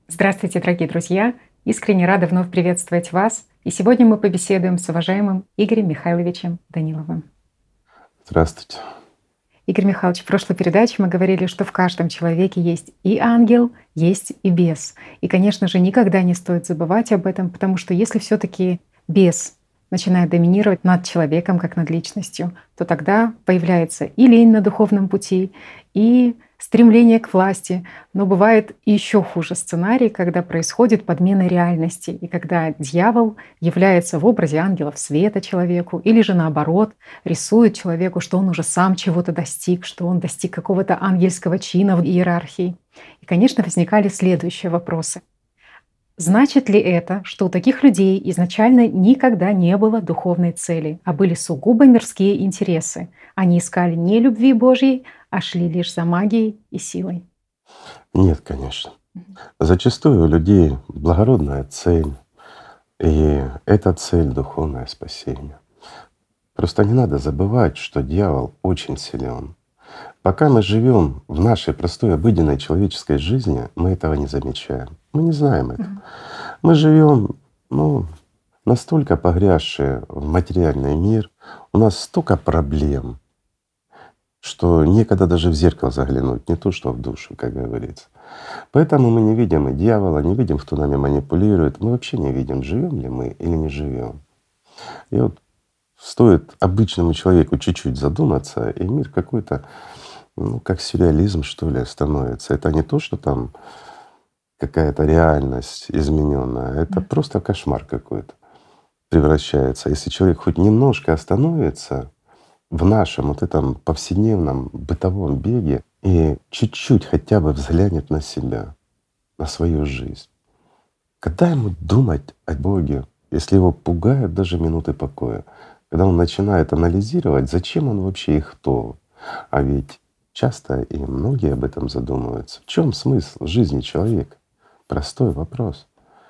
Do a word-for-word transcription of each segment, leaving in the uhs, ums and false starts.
Здравствуйте, дорогие друзья! Искренне рада вновь приветствовать вас. И сегодня мы побеседуем с уважаемым Игорем Михайловичем Даниловым. Здравствуйте. Игорь Михайлович, в прошлой передаче мы говорили, что в каждом человеке есть и ангел, есть и бес. И, конечно же, никогда не стоит забывать об этом, потому что если все таки бес начинает доминировать над человеком, как над личностью, то тогда появляется и лень на духовном пути, и стремление к власти. Но бывает еще хуже сценарий, когда происходит подмена реальности, и когда дьявол является в образе ангелов света человеку, или же наоборот, рисует человеку, что он уже сам чего-то достиг, что он достиг какого-то ангельского чина в иерархии. И, конечно, возникали следующие вопросы. Значит ли это, что у таких людей изначально никогда не было духовной цели, а были сугубо мирские интересы? Они искали не любви Божьей, а шли лишь за магией и силой? Нет, конечно. Зачастую у людей благородная цель, и эта цель — духовное спасение. Просто не надо забывать, что дьявол очень силен. Пока мы живем в нашей простой обыденной человеческой жизни, мы этого не замечаем. Мы не знаем этого. Мы живем, ну, настолько погрязшие в материальный мир, у нас столько проблем, что некогда даже в зеркало заглянуть, не то что в душу, как говорится. Поэтому мы не видим и дьявола, не видим, кто нами манипулирует. Мы вообще не видим, живем ли мы или не живем. И вот стоит обычному человеку чуть-чуть задуматься, и мир какой-то, ну, как сюрреализм, что ли, становится. Это не то, что там какая-то реальность измененная, это просто кошмар какой-то превращается. Если человек хоть немножко остановится в нашем вот этом повседневном бытовом беге и чуть-чуть хотя бы взглянет на себя, на свою жизнь, когда ему думать о Боге, если его пугают даже минуты покоя, когда он начинает анализировать, зачем он вообще и кто? А ведь часто и многие об этом задумываются. В чем смысл жизни человека? Простой вопрос.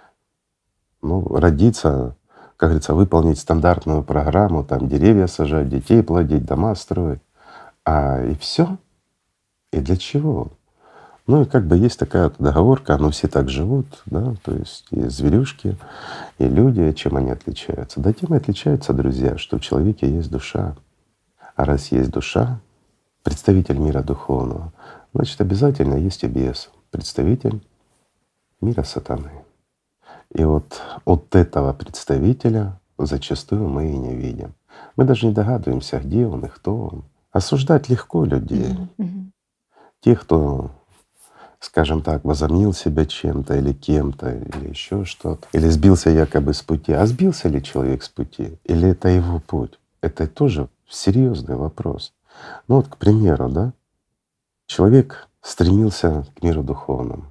Ну, родиться, как говорится, выполнить стандартную программу, там деревья сажать, детей плодить, дома строить, а и все. И для чего? Ну и как бы есть такая вот договорка, ну все так живут, да, то есть и зверюшки, и люди, чем они отличаются? Да тем и отличаются, друзья, что в человеке есть душа. А раз есть душа, представитель мира духовного, значит обязательно есть и бес, представитель мира сатаны. И вот от этого представителя зачастую мы и не видим. Мы даже не догадываемся, где он и кто он. Осуждать легко людей. Мгм. Тех, кто, скажем так, возомнил себя чем-то или кем-то, или еще что-то, или сбился якобы с пути. А сбился ли человек с пути? Или это его путь? Это тоже серьезный вопрос. Ну вот, к примеру, да, человек стремился к миру духовному.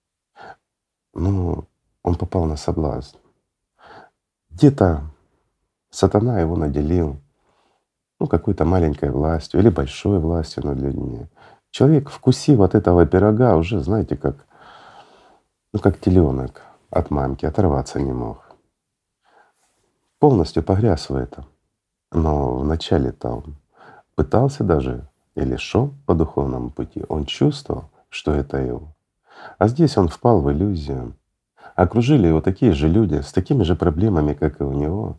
Ну, он попал на соблазн. Где-то сатана его наделил, ну, какой-то маленькой властью или большой властью над людьми. Человек, вкусив от этого пирога, уже, знаете, как, ну, как теленок от мамки, оторваться не мог. Полностью погряз в этом. Но вначале-то он пытался даже или шел по духовному пути, он чувствовал, что это его. А здесь он впал в иллюзию. Окружили его такие же люди с такими же проблемами, как и у него.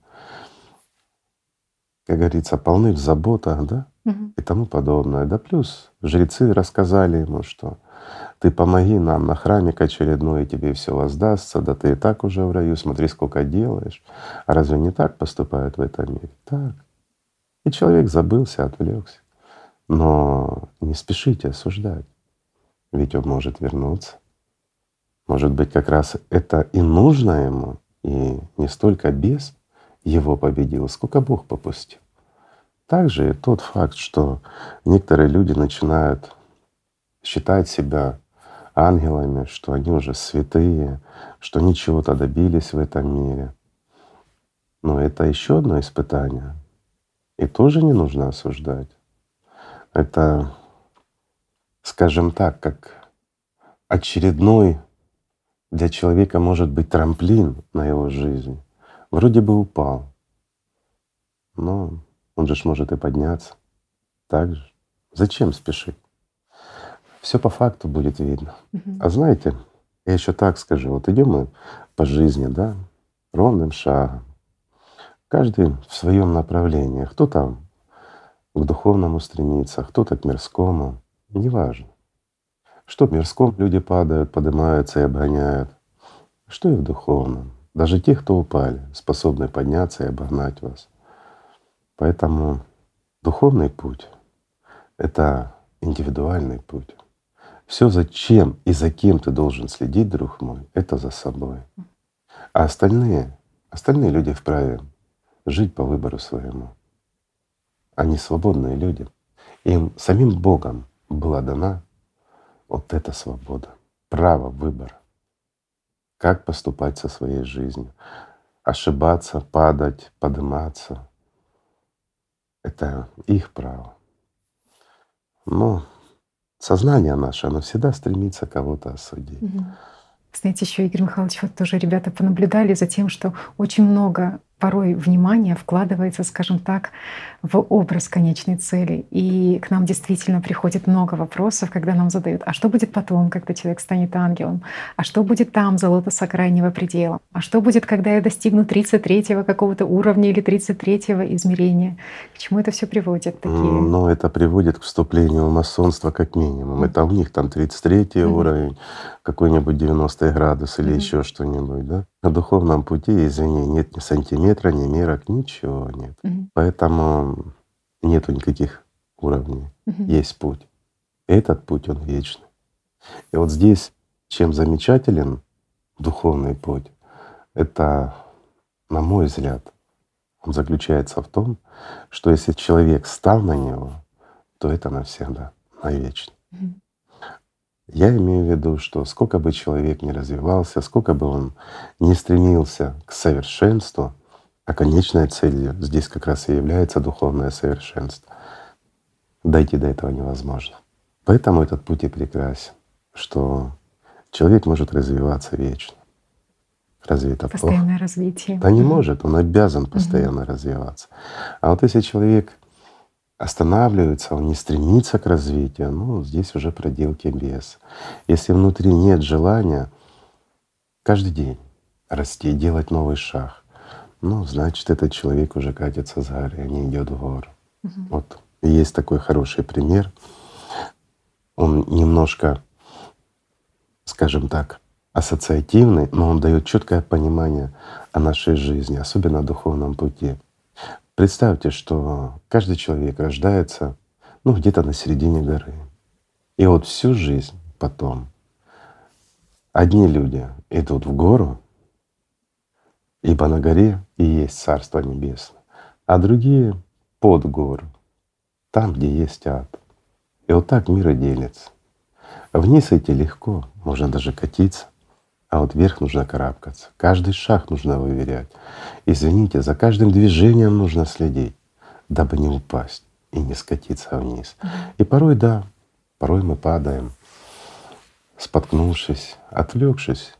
Как говорится, полны в заботах, да, Мгм. и тому подобное. Да плюс жрецы рассказали ему, что ты помоги нам на храмик очередной, и тебе все воздастся, да ты и так уже в раю, смотри, сколько делаешь. А разве не так поступают в этом мире? Так. И человек забылся, отвлекся. Но не спешите осуждать, ведь он может вернуться. Может быть, как раз это и нужно ему, и не столько бес его победил, сколько Бог попустил. Также и тот факт, что некоторые люди начинают считать себя ангелами, что они уже святые, что они чего-то добились в этом мире. Но это еще одно испытание. И тоже не нужно осуждать. Это, скажем так, как очередной для человека может быть трамплин на его жизнь. Вроде бы упал, но он же ж может и подняться. Так же. Зачем спешить? Все по факту будет видно. Мгм. А знаете, Я еще так скажу, вот идем мы по жизни, да, ровным шагом, каждый в своем направлении. Кто-то к духовному стремится, кто-то к мирскому, неважно. Что в мирском люди падают, поднимаются и обгоняют, что и в духовном. Даже те, кто упали, способны подняться и обогнать вас. Поэтому духовный путь — это индивидуальный путь. Все, зачем и за кем ты должен следить, друг мой, это за собой. А остальные, остальные люди вправе жить по выбору своему. Они свободные люди. Им самим Богом была дана вот эта свобода, право выбора, как поступать со своей жизнью, ошибаться, падать, подниматься — это их право. Но сознание наше, оно всегда стремится кого-то осудить. Мгм. Знаете, еще, Игорь Михайлович, вот тоже ребята понаблюдали за тем, что очень много порой внимания вкладывается, скажем так, в образ конечной цели. И к нам действительно приходит много вопросов, когда нам задают: а что будет потом, когда человек станет ангелом? А что будет там, за лотоса крайнего предела? А что будет, когда я достигну тридцать третьего какого-то уровня или тридцать третьего измерения? К чему это все приводит? Такие… М, Но это приводит к вступлению в масонство как минимум. Мгм. Это у них там тридцать третий Мгм. уровень, какой-нибудь девяностый градус или Мгм. еще что-нибудь, да? На духовном пути, извини, нет ни сантиметра, ни мерок, ничего нет. Мгм. Поэтому нету никаких уровней. Мгм. Есть путь. Этот путь, он вечный. И вот здесь чем замечателен духовный путь, это, на мой взгляд, он заключается в том, что если человек стал на него, то это навсегда, навечно. Мгм. Я имею в виду, что сколько бы человек ни развивался, сколько бы он ни стремился к совершенству, а конечной целью здесь как раз и является духовное совершенство, дойти до этого невозможно. Поэтому этот путь и прекрасен, что человек может развиваться вечно. Разве это плохо? Постоянное развитие. Да не Мгм. может, он обязан Мгм. постоянно развиваться. А вот если человек останавливается, он не стремится к развитию, ну здесь уже проделки беса. Если внутри нет желания каждый день расти, делать новый шаг, ну значит этот человек уже катится с горы, а не идет в гору. Мгм. Вот и есть такой хороший пример. Он немножко, скажем так, ассоциативный, но он дает четкое понимание о нашей жизни, особенно о духовном пути. Представьте, что каждый человек рождается ну где-то на середине горы. И вот всю жизнь потом одни люди идут в гору, ибо на горе и есть Царство Небесное, а другие под гору, там, где есть ад. И вот так мир и делится. Вниз идти легко, можно даже катиться, а вот вверх нужно карабкаться. Каждый шаг нужно выверять. Извините, за каждым движением нужно следить, дабы не упасть и не скатиться вниз. И порой, да, порой мы падаем, споткнувшись, отвлекшись,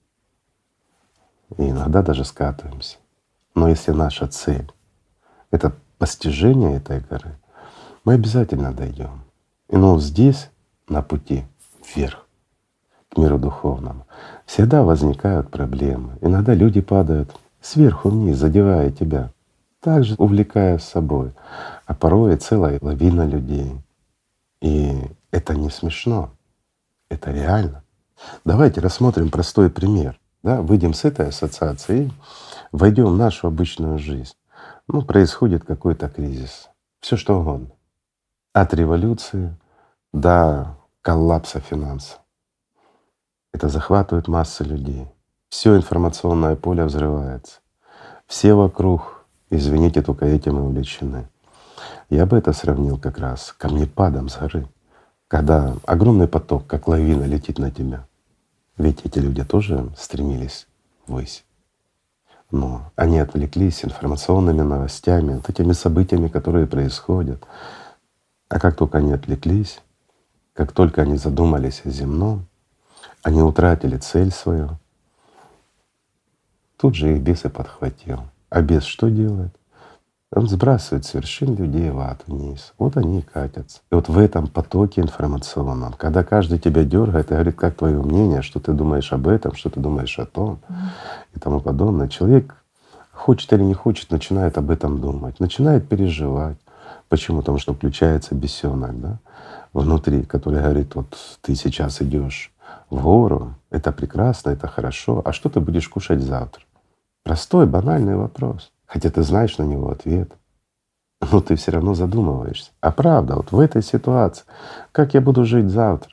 и иногда даже скатываемся. Но если наша цель — это постижение этой горы, мы обязательно дойдем. И ну здесь, на пути вверх, к миру духовному, всегда возникают проблемы. Иногда люди падают сверху вниз, задевая тебя, также увлекая с собой, а порой и целая лавина людей. И это не смешно, это реально. Давайте рассмотрим простой пример. Да? Выйдем с этой ассоциации и войдем в нашу обычную жизнь. Ну, происходит какой-то кризис, все что угодно. От революции до коллапса финансов. Это захватывает массы людей. Все информационное поле взрывается. Все вокруг, извините, только этим и увлечены. Я бы это сравнил как раз с камнепадом с горы, когда огромный поток, как лавина, летит на тебя. Ведь эти люди тоже стремились ввысь. Но они отвлеклись информационными новостями, вот этими событиями, которые происходят. А как только они отвлеклись, как только они задумались о земном, они утратили цель свою, тут же их бес и подхватил. А бес что делает? Он сбрасывает с вершин людей в ад вниз. Вот они и катятся. И вот в этом потоке информационном, когда каждый тебя дергает и говорит, как твое мнение, что ты думаешь об этом, что ты думаешь о том и тому подобное, человек хочет или не хочет, начинает об этом думать, начинает переживать. Почему? Потому что включается бесенок, да, внутри, который говорит, вот ты сейчас идешь в гору, это прекрасно, это хорошо, а что ты будешь кушать завтра? Простой, банальный вопрос. Хотя ты знаешь на него ответ, но ты все равно задумываешься. А правда, вот в этой ситуации, как я буду жить завтра?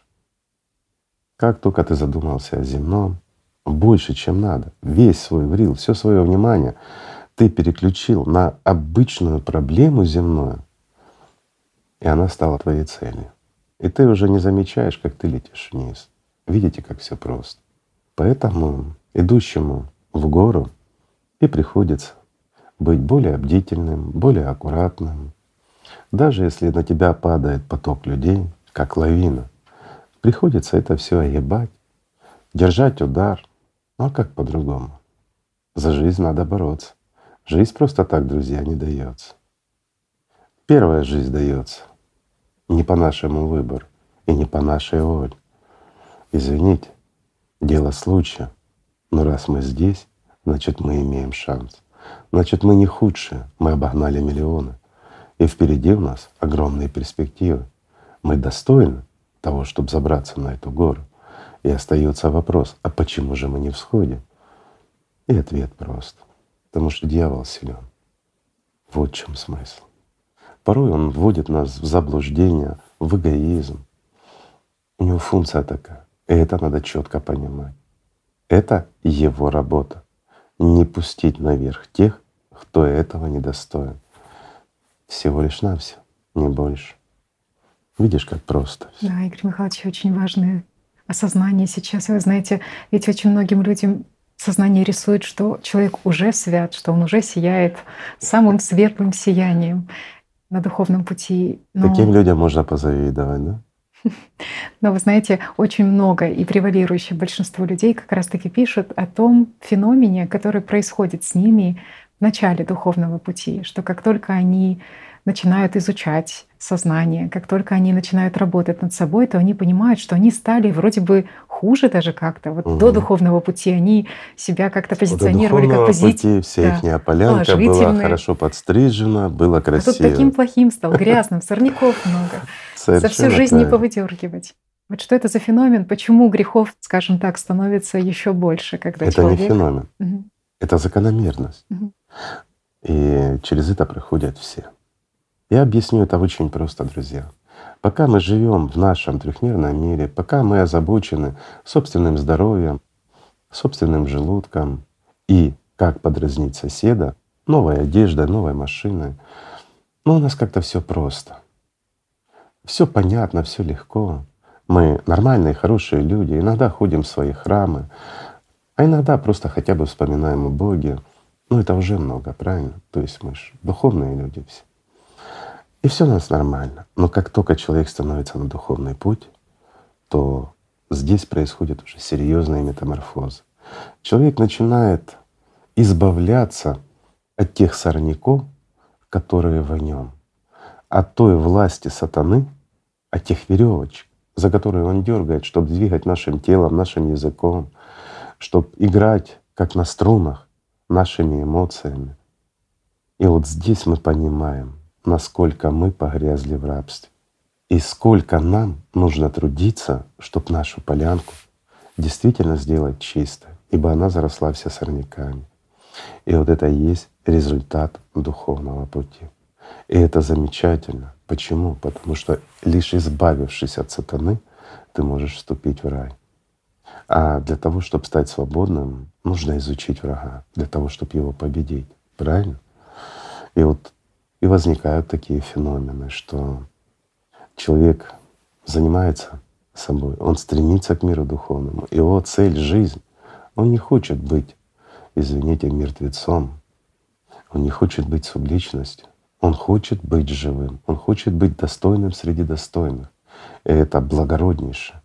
Как только ты задумался о земном, больше, чем надо, весь свой врил, все свое внимание ты переключил на обычную проблему земную, и она стала твоей целью. И ты уже не замечаешь, как ты летишь вниз. Видите, как все просто. Поэтому идущему в гору и приходится быть более бдительным, более аккуратным. Даже если на тебя падает поток людей, как лавина, приходится это все огибать, держать удар. Ну а как по-другому? За жизнь надо бороться. Жизнь просто так, друзья, не дается. Первая жизнь дается не по нашему выбору и не по нашей воле. Извините, дело случая. Но раз мы здесь, значит, мы имеем шанс. Значит, мы не худшие, мы обогнали миллионы. И впереди у нас огромные перспективы. Мы достойны того, чтобы забраться на эту гору. И остается вопрос, а почему же мы не всходим? И ответ прост. Потому что дьявол силен. Вот в чем смысл. Порой он вводит нас в заблуждение, в эгоизм. У него функция такая. И это надо четко понимать. Это его работа. Не пустить наверх тех, кто этого не достоин. Всего лишь навсего, не больше. Видишь, как просто всё. Да, Игорь Михайлович, очень важное осознание сейчас. Вы знаете, ведь очень многим людям сознание рисует, что человек уже свят, что он уже сияет самым светлым сиянием на духовном пути. Но… Таким людям можно позавидовать, да? Но вы знаете, очень много и превалирующее большинство людей как раз-таки пишут о том феномене, который происходит с ними в начале духовного пути, что как только они начинают изучать сознание, как только они начинают работать над собой, то они понимают, что они стали вроде бы хуже даже как-то. Вот Угу. до духовного пути они себя как-то До позиционировали как духовного позитив. пути вся Да, ихняя полянка была положительные. хорошо подстрижена, было А тут красиво. таким плохим стал, грязным, сорняков много. За всю Совершенно жизнь не правильно. повыдергивать. Вот что это за феномен? Почему грехов, скажем так, становится еще больше, когда Это не человек… феномен, Мгм. это закономерность. Мгм. И через это проходят все. Я объясню это очень просто, друзья. Пока мы живем в нашем трехмерном мире, пока мы озабочены собственным здоровьем, собственным желудком и как подразнить соседа, новой одеждой, новой машиной, ну у нас как-то все просто. Все понятно, все легко. Мы нормальные, хорошие люди, иногда ходим в свои храмы, а иногда просто хотя бы вспоминаем о Боге. Ну это уже много, правильно? То есть мы же духовные люди все. И все у нас нормально. Но как только человек становится на духовный путь, то здесь происходят уже серьезные метаморфозы. Человек начинает избавляться от тех сорняков, которые в нем, от той власти сатаны, от тех веревочек, за которые он дергает, чтобы двигать нашим телом, нашим языком, чтобы играть как на струнах нашими эмоциями. И вот здесь мы понимаем, насколько мы погрязли в рабстве и сколько нам нужно трудиться, чтобы нашу полянку действительно сделать чистой, ибо она заросла вся сорняками. И вот это и есть результат духовного пути. И это замечательно. Почему? Потому что лишь избавившись от сатаны, ты можешь вступить в рай. А для того, чтобы стать свободным, нужно изучить врага, для того, чтобы его победить. Правильно? И вот и возникают такие феномены, что человек занимается собой, он стремится к миру духовному. Его цель — жизнь. Он не хочет быть, извините, мертвецом. Он не хочет быть субличностью. Он хочет быть живым. Он хочет быть достойным среди достойных. И это благороднейшее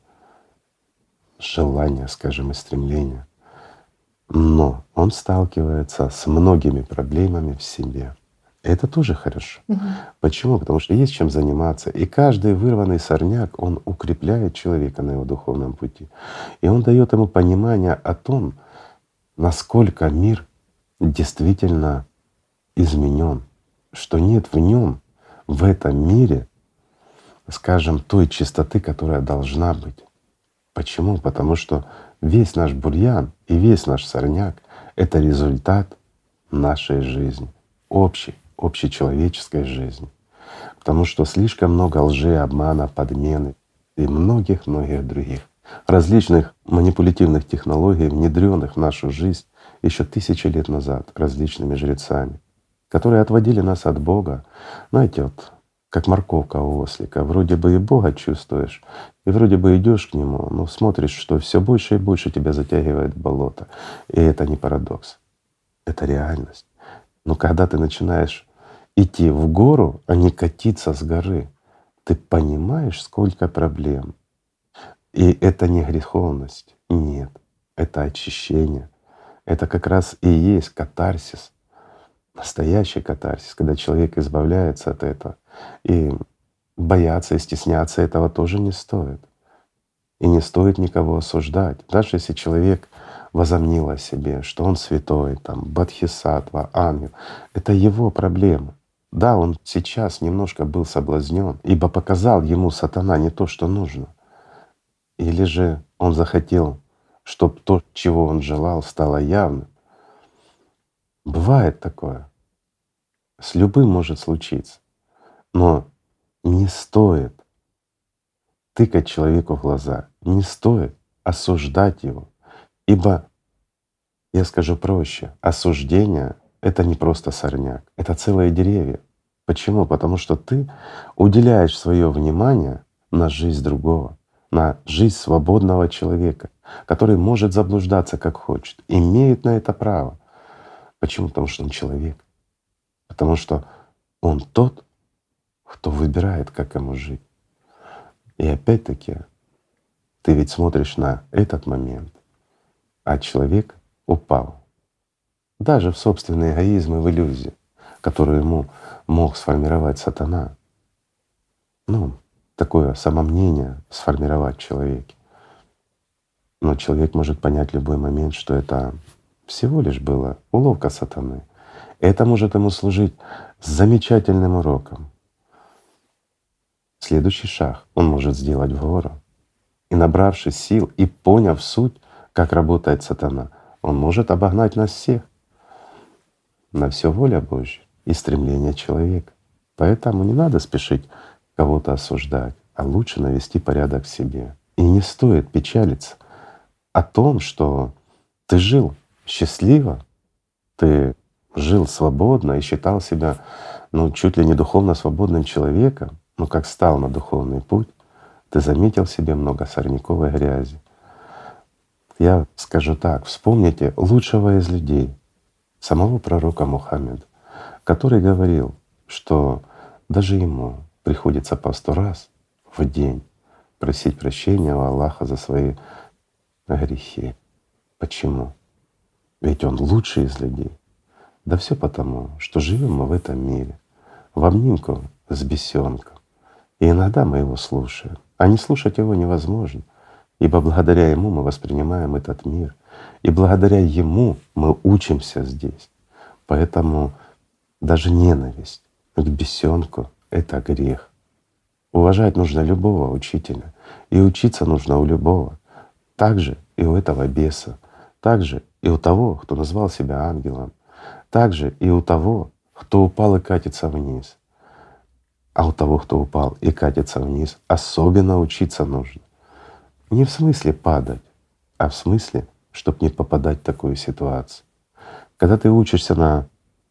желание, скажем, и стремление. Но он сталкивается с многими проблемами в себе. Это тоже хорошо. Мгм. Почему? Потому что есть чем заниматься. И каждый вырванный сорняк, он укрепляет человека на его духовном пути. И он дает ему понимание о том, насколько мир действительно изменен, что нет в нем, в этом мире, скажем, той чистоты, которая должна быть. Почему? Потому что весь наш бурьян и весь наш сорняк — это результат нашей жизни, общей, общечеловеческой жизни. Потому что слишком много лжи, обмана, подмены и многих-многих других различных манипулятивных технологий, внедренных в нашу жизнь еще тысячи лет назад различными жрецами, которые отводили нас от Бога. Знаете, вот как морковка у ослика. Вроде бы и Бога чувствуешь, и вроде бы идешь к Нему, но смотришь, что все больше и больше тебя затягивает в болото. И это не парадокс, это реальность. Но когда ты начинаешь идти в гору, а не катиться с горы, ты понимаешь, сколько проблем. И это не греховность, нет, это очищение. Это как раз и есть катарсис, настоящий катарсис, когда человек избавляется от этого. И бояться и стесняться этого тоже не стоит. И не стоит никого осуждать. Даже если человек возомнил о себе, что он святой, там, бодхисаттва, ангел, это его проблема. Да, он сейчас немножко был соблазнен, ибо показал ему сатана не то, что нужно. Или же он захотел, чтобы то, чего он желал, стало явным. Бывает такое. С любым может случиться. Но не стоит тыкать человеку в глаза, не стоит осуждать его. Ибо, я скажу проще, осуждение — это не просто сорняк, это целые деревья. Почему? Потому что ты уделяешь свое внимание на жизнь другого, на жизнь свободного человека, который может заблуждаться как хочет, имеет на это право. Почему? Потому что он человек. Потому что он тот, кто выбирает, как ему жить. И опять-таки ты ведь смотришь на этот момент, а человек упал даже в собственный эгоизм и в иллюзии, которую ему мог сформировать сатана. Ну, такое самомнение сформировать в человеке. Но человек может понять в любой момент, что это всего лишь была уловка сатаны. Это может ему служить замечательным уроком. Следующий шаг он может сделать в гору. И набравшись сил и поняв суть, как работает сатана, он может обогнать нас всех. На все воля Божья и стремление человека. Поэтому не надо спешить кого-то осуждать, а лучше навести порядок в себе. И не стоит печалиться о том, что ты жил счастливо, ты жил свободно и считал себя ну, чуть ли не духовно свободным человеком, но как стал на духовный путь, ты заметил в себе много сорняковой грязи. Я скажу так, вспомните лучшего из людей, самого пророка Мухаммеда, который говорил, что даже ему приходится по сто раз в день просить прощения у Аллаха за свои грехи. Почему? Ведь он лучший из людей. Да все потому, что живем мы в этом мире, в обнимку с бесенком. И иногда мы его слушаем, а не слушать его невозможно, ибо благодаря ему мы воспринимаем этот мир, и благодаря ему мы учимся здесь. Поэтому даже ненависть к бесенку — это грех. Уважать нужно любого учителя, и учиться нужно у любого. Также и у этого беса, также и у того, кто назвал себя ангелом, также и у того, кто упал и катится вниз. А у того, кто упал и катится вниз, особенно учиться нужно. Не в смысле падать, а в смысле, чтобы не попадать в такую ситуацию. Когда ты учишься на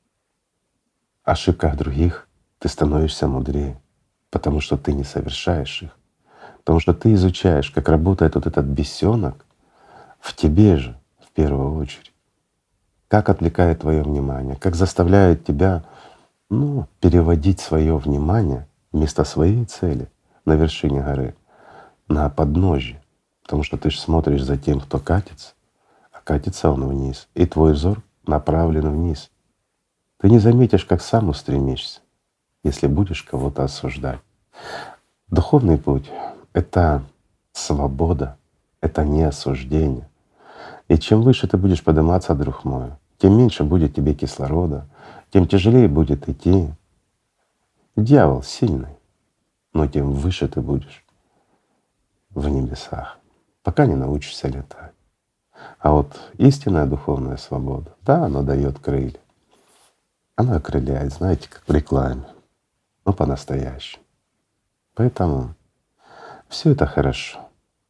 ошибках других, ты становишься мудрее, потому что ты не совершаешь их, потому что ты изучаешь, как работает вот этот бесенок в тебе же в первую очередь, как отвлекает твое внимание, как заставляет тебя ну, переводить свое внимание вместо своей цели на вершине горы на подножье, потому что ты же смотришь за тем, кто катится, а катится он вниз, и твой взор направлен вниз. Ты не заметишь, как сам устремишься, если будешь кого-то осуждать. Духовный путь — это свобода, это не осуждение. И чем выше ты будешь подниматься, друг мой, тем меньше будет тебе кислорода, тем тяжелее будет идти. Дьявол сильный, но тем выше ты будешь в небесах, пока не научишься летать. А вот истинная духовная свобода, да, она дает крылья. Она окрыляет, знаете, как в рекламе, но по-настоящему. Поэтому все это хорошо.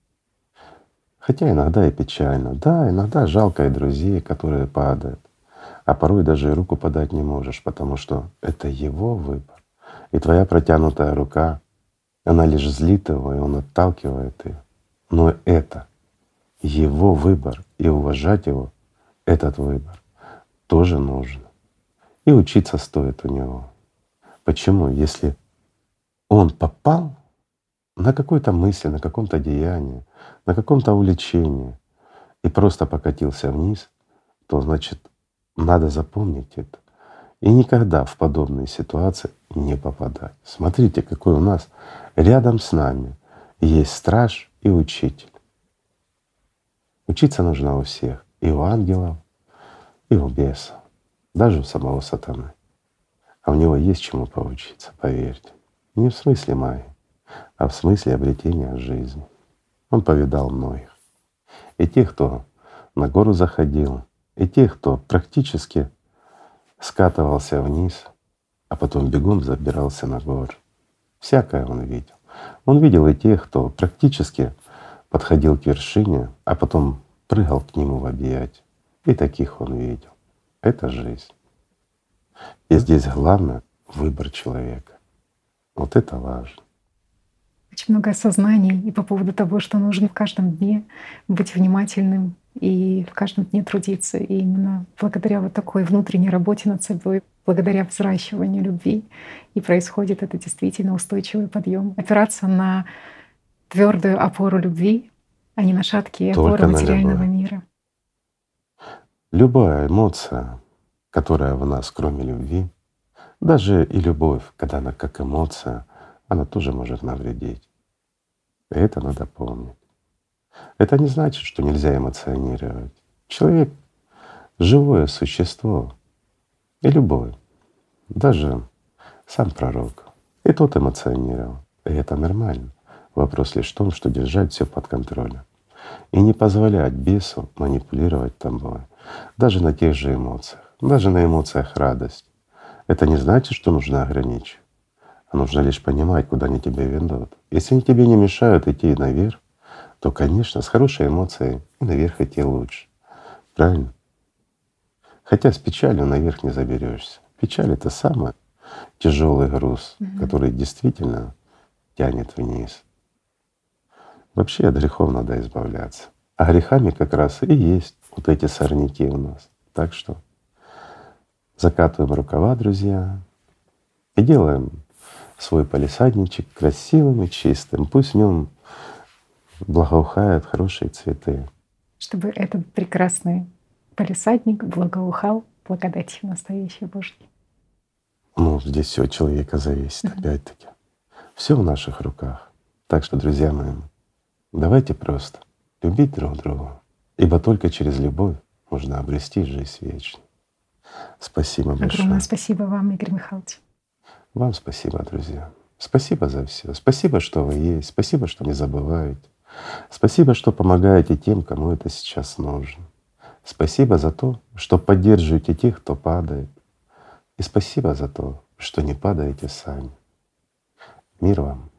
Хотя иногда и печально. Да, иногда жалко и друзей, которые падают. А порой даже и руку подать не можешь, потому что это его выбор. И твоя протянутая рука, она лишь злит его, и он отталкивает ее. Но это его выбор, и уважать его, этот выбор, тоже нужно. И учиться стоит у него. Почему? Если он попал на какой-то мысли, на каком-то деянии, на каком-то увлечении и просто покатился вниз, то значит надо запомнить это и никогда в подобные ситуации не попадать. Смотрите, какой у нас рядом с нами есть страж и учитель. Учиться нужно у всех, и у ангелов, и у бесов, даже у самого сатаны. А у него есть чему поучиться, поверьте. Не в смысле магии, а в смысле обретения жизни. Он повидал многих. И тех, кто на гору заходил, и тех, кто практически скатывался вниз, а потом бегом забирался на гору. Всякое он видел. Он видел и тех, кто практически подходил к вершине, а потом прыгал к нему в объятия. И таких он видел. Это жизнь. И здесь главное — выбор человека. Вот это важно. Очень много осознаний и по поводу того, что нужно в каждом дне быть внимательным и в каждом дне трудиться. И именно благодаря вот такой внутренней работе над собой, благодаря взращиванию любви, и происходит это действительно устойчивый подъем. Опираться на твердую опору любви, а не на шаткие Только опоры на материального любовь. мира. Любая эмоция, которая в нас, кроме любви, даже и любовь, когда она как эмоция, она тоже может навредить. И это надо помнить. Это не значит, что нельзя эмоционировать. Человек — живое существо, и любой, даже сам пророк, и тот эмоционировал. И это нормально. Вопрос лишь в том, что держать все под контролем и не позволять бесу манипулировать тобой, даже на тех же эмоциях, даже на эмоциях радости. Это не значит, что нужно ограничивать, а нужно лишь понимать, куда они тебя ведут. Если они тебе не мешают идти наверх, то, конечно, с хорошей эмоцией и наверх идти лучше. Правильно? Хотя с печалью наверх не заберешься. Печаль — это самый тяжелый груз, Мгм. который действительно тянет вниз. Вообще от грехов надо избавляться. А грехами как раз и есть вот эти сорняки у нас. Так что закатываем рукава, друзья, и делаем свой палисадничек красивым и чистым. Пусть в нем благоухают хорошие цветы. Чтобы этот прекрасный палисадник благоухал благодатью настоящей Божьей. Ну, здесь все от человека зависит, Мгм. опять-таки. Все в наших руках. Так что, друзья мои, давайте просто любить друг друга, ибо только через любовь можно обрести жизнь вечную. Спасибо Огромное большое. спасибо вам, Игорь Михайлович. Вам спасибо, друзья. Спасибо за все. Спасибо, что вы есть. Спасибо, что не забываете. Спасибо, что помогаете тем, кому это сейчас нужно. Спасибо за то, что поддерживаете тех, кто падает. И спасибо за то, что не падаете сами. Мир вам.